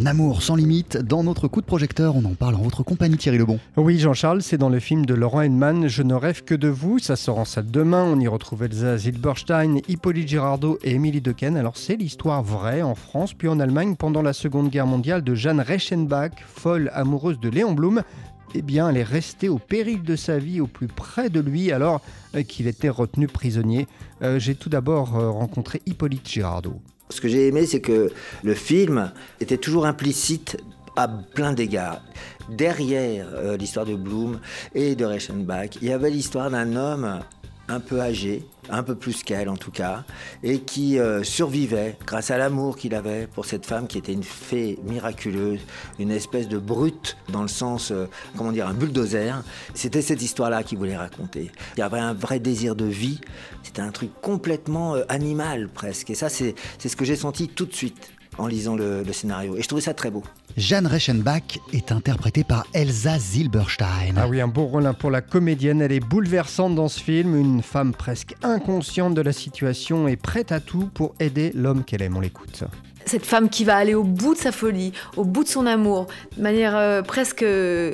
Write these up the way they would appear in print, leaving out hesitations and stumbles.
Un amour sans limite. Dans notre coup de projecteur, on en parle en votre compagnie, Thierry Lebon. Oui, Jean-Charles, c'est dans le film de Laurent Heinemann, Je ne rêve que de vous. Ça sort en salle demain. On y retrouve Elsa Zilberstein, Hippolyte Girardot et Émilie Dequesne. Alors, c'est l'histoire vraie en France, puis en Allemagne, pendant la Seconde Guerre mondiale, de Jeanne Reichenbach, folle amoureuse de Léon Blum. Eh bien, elle est restée au péril de sa vie, au plus près de lui, alors qu'il était retenu prisonnier. J'ai tout d'abord rencontré Hippolyte Girardot. Ce que j'ai aimé, c'est que le film était toujours implicite à plein d'égards. Derrière l'histoire de Blum et de Reichenbach, il y avait l'histoire d'un homme un peu âgé, un peu plus qu'elle en tout cas, et qui survivait grâce à l'amour qu'il avait pour cette femme qui était une fée miraculeuse, une espèce de brute dans le sens, un bulldozer. C'était cette histoire-là qu'il voulait raconter. Il y avait un vrai désir de vie, c'était un truc complètement animal presque, et ça c'est ce que j'ai senti tout de suite en lisant le scénario, et je trouvais ça très beau. Jeanne Reichenbach est interprétée par Elsa Zilberstein. Ah oui, un beau rôle pour la comédienne. Elle est bouleversante dans ce film. Une femme presque inconsciente de la situation et prête à tout pour aider l'homme qu'elle aime. On l'écoute. Cette femme qui va aller au bout de sa folie, au bout de son amour, de manière presque...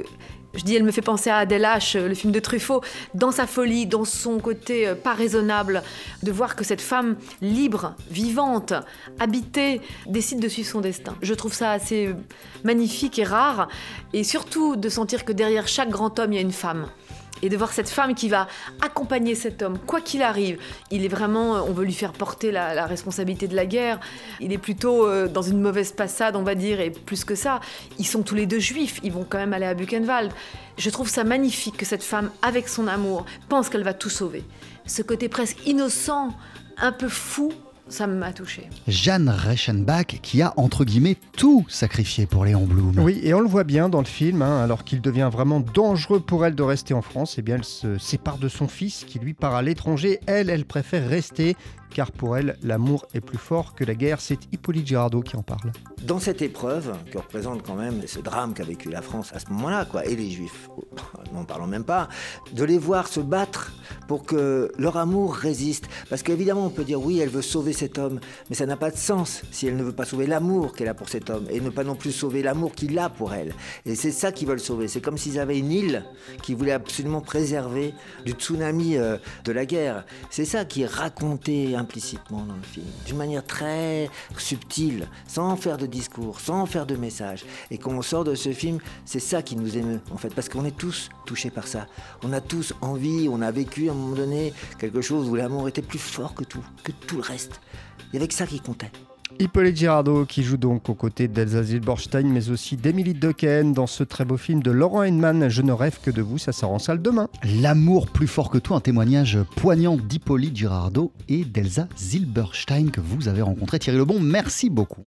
elle me fait penser à Adèle H, le film de Truffaut, dans sa folie, dans son côté pas raisonnable, de voir que cette femme libre, vivante, habitée, décide de suivre son destin. Je trouve ça assez magnifique et rare, et surtout de sentir que derrière chaque grand homme, il y a une femme. Et de voir cette femme qui va accompagner cet homme, quoi qu'il arrive. Il est vraiment, on veut lui faire porter la responsabilité de la guerre. Il est plutôt dans une mauvaise passade, on va dire, et plus que ça. Ils sont tous les deux juifs, ils vont quand même aller à Buchenwald. Je trouve ça magnifique que cette femme, avec son amour, pense qu'elle va tout sauver. Ce côté presque innocent, un peu fou, ça m'a touchée. Jeanne Reichenbach qui a, entre guillemets, tout sacrifié pour Léon Blum. Oui, et on le voit bien dans le film, alors qu'il devient vraiment dangereux pour elle de rester en France, eh bien elle se sépare de son fils qui lui part à l'étranger. Elle préfère rester, car pour elle, l'amour est plus fort que la guerre. C'est Hippolyte Girardot qui en parle. Dans cette épreuve, que représente quand même ce drame qu'a vécu la France à ce moment-là, et les Juifs, n'en parlons même pas, de les voir se battre pour que leur amour résiste. Parce qu'évidemment, on peut dire, oui, elle veut sauver cet homme, mais ça n'a pas de sens si elle ne veut pas sauver l'amour qu'elle a pour cet homme, et ne pas non plus sauver l'amour qu'il a pour elle. Et c'est ça qu'ils veulent sauver. C'est comme s'ils avaient une île qu'ils voulaient absolument préserver du tsunami de la guerre. C'est ça qui est raconté implicitement dans le film, d'une manière très subtile, sans faire de discours, sans faire de message. Et quand on sort de ce film, c'est ça qui nous émeut, en fait, parce qu'on est tous touchés par ça. On a tous envie, on a vécu à un moment donné quelque chose où l'amour était plus fort que tout le reste. Il y avait que ça qui comptait. Hippolyte Girardot qui joue donc aux côtés d'Elsa Zilberstein, mais aussi d'Émilie Dequesne dans ce très beau film de Laurent Heinemann, Je ne rêve que de vous. Ça sort en salle demain. L'amour plus fort que tout, un témoignage poignant d'Hippolyte Girardot et d'Elsa Zilberstein que vous avez rencontré. Thierry Lebon, merci beaucoup.